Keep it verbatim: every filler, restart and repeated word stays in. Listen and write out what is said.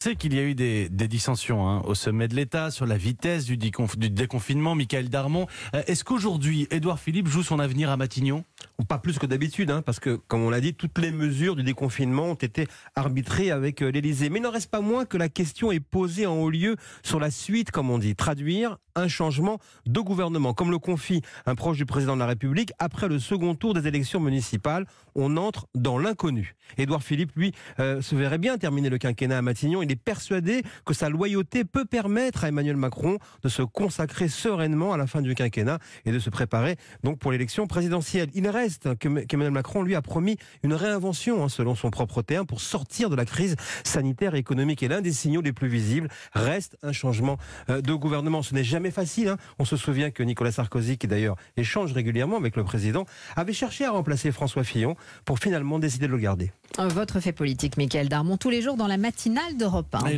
C'est qu'il y a eu des, des dissensions hein, au sommet de l'État sur la vitesse du, déconf- du déconfinement. Michaël Darmon, euh, est-ce qu'aujourd'hui, Édouard Philippe joue son avenir à Matignon ? Pas plus que d'habitude, hein, parce que, comme on l'a dit, toutes les mesures du déconfinement ont été arbitrées avec euh, l'Élysée. Mais il n'en reste pas moins que la question est posée en haut lieu sur la suite, comme on dit, traduire un changement de gouvernement. Comme le confie un proche du président de la République, après le second tour des élections municipales, on entre dans l'inconnu. Édouard Philippe, lui, euh, se verrait bien terminer le quinquennat à Matignon. Il est persuadé que sa loyauté peut permettre à Emmanuel Macron de se consacrer sereinement à la fin du quinquennat et de se préparer donc pour l'élection présidentielle. Il reste qu'Emmanuel Macron lui a promis une réinvention, hein, selon son propre terme, pour sortir de la crise sanitaire et économique. Et l'un des signaux les plus visibles reste un changement euh, de gouvernement. Ce n'est jamais facile. Hein. On se souvient que Nicolas Sarkozy, qui d'ailleurs échange régulièrement avec le président, avait cherché à remplacer François Fillon pour finalement décider de le garder. Votre fait politique, Michaël Darmon, tous les jours dans la matinale d'Europe un.